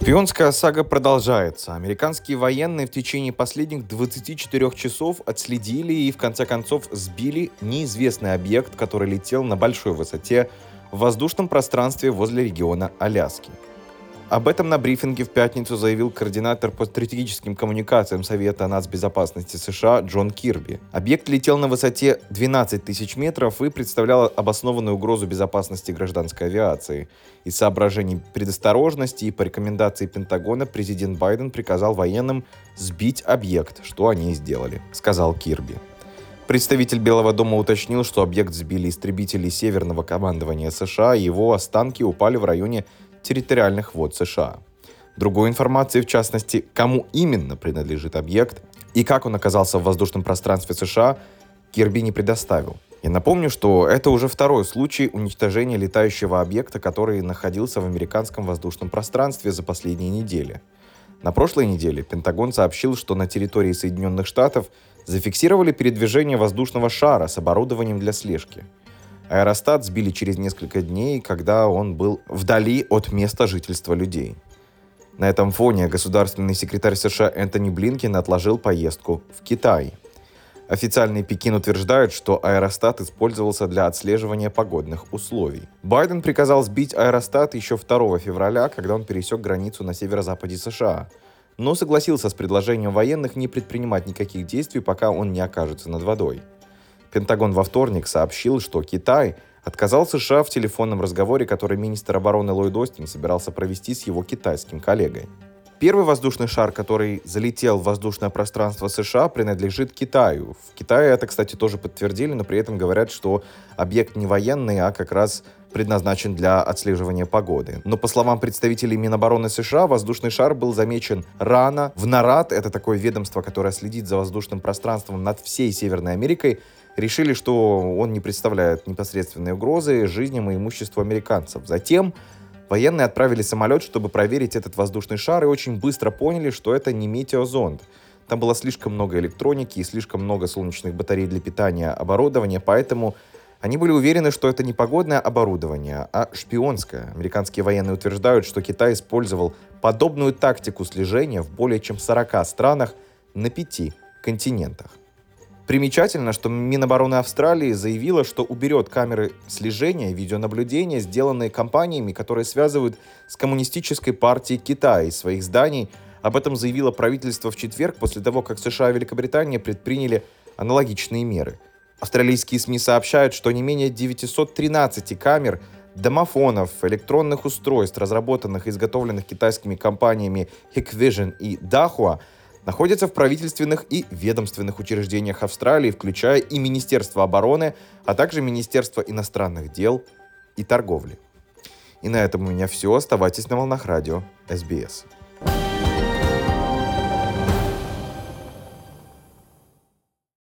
Шпионская сага продолжается. Американские военные в течение последних 24 часов отследили и в конце концов сбили неизвестный объект, который летел на большой высоте в воздушном пространстве возле региона Аляски. Об этом на брифинге в пятницу заявил координатор по стратегическим коммуникациям Совета нацбезопасности США Джон Кирби. Объект летел на высоте 12 тысяч метров и представлял обоснованную угрозу безопасности гражданской авиации. Из соображений предосторожности и по рекомендации Пентагона президент Байден приказал военным сбить объект, что они и сделали, сказал Кирби. Представитель Белого дома уточнил, что объект сбили истребители Северного командования США, и его останки упали в районе территориальных вод США. Другой информации, в частности, кому именно принадлежит объект и как он оказался в воздушном пространстве США, Кирби не предоставил. Я напомню, что это уже второй случай уничтожения летающего объекта, который находился в американском воздушном пространстве за последние недели. На прошлой неделе Пентагон сообщил, что на территории Соединенных Штатов зафиксировали передвижение воздушного шара с оборудованием для слежки. Аэростат сбили через несколько дней, когда он был вдали от места жительства людей. На этом фоне государственный секретарь США Энтони Блинкен отложил поездку в Китай. Официальный Пекин утверждает, что аэростат использовался для отслеживания погодных условий. Байден приказал сбить аэростат еще 2 февраля, когда он пересек границу на северо-западе США, но согласился с предложением военных не предпринимать никаких действий, пока он не окажется над водой. Пентагон во вторник сообщил, что Китай отказал США в телефонном разговоре, который министр обороны Ллойд Остин собирался провести с его китайским коллегой. Первый воздушный шар, который залетел в воздушное пространство США, принадлежит Китаю. В Китае это, кстати, тоже подтвердили, но при этом говорят, что объект не военный, а как раз предназначен для отслеживания погоды. Но по словам представителей Минобороны США, воздушный шар был замечен рано. В НАРАД, это такое ведомство, которое следит за воздушным пространством над всей Северной Америкой, решили, что он не представляет непосредственной угрозы жизням и имуществу американцев. Затем военные отправили самолет, чтобы проверить этот воздушный шар, и очень быстро поняли, что это не метеозонд. Там было слишком много электроники и слишком много солнечных батарей для питания оборудования, поэтому они были уверены, что это не погодное оборудование, а шпионское. Американские военные утверждают, что Китай использовал подобную тактику слежения в более чем 40 странах на 5 континентах. Примечательно, что Минобороны Австралии заявила, что уберет камеры слежения и видеонаблюдения, сделанные компаниями, которые связывают с Коммунистической партией Китая из своих зданий. Об этом заявило правительство в четверг, после того, как США и Великобритания предприняли аналогичные меры. Австралийские СМИ сообщают, что не менее 913 камер, домофонов, электронных устройств, разработанных и изготовленных китайскими компаниями Hikvision и Dahua, находятся в правительственных и ведомственных учреждениях Австралии, включая и Министерство обороны, а также Министерство иностранных дел и торговли. И на этом у меня все. Оставайтесь на волнах радио СБС.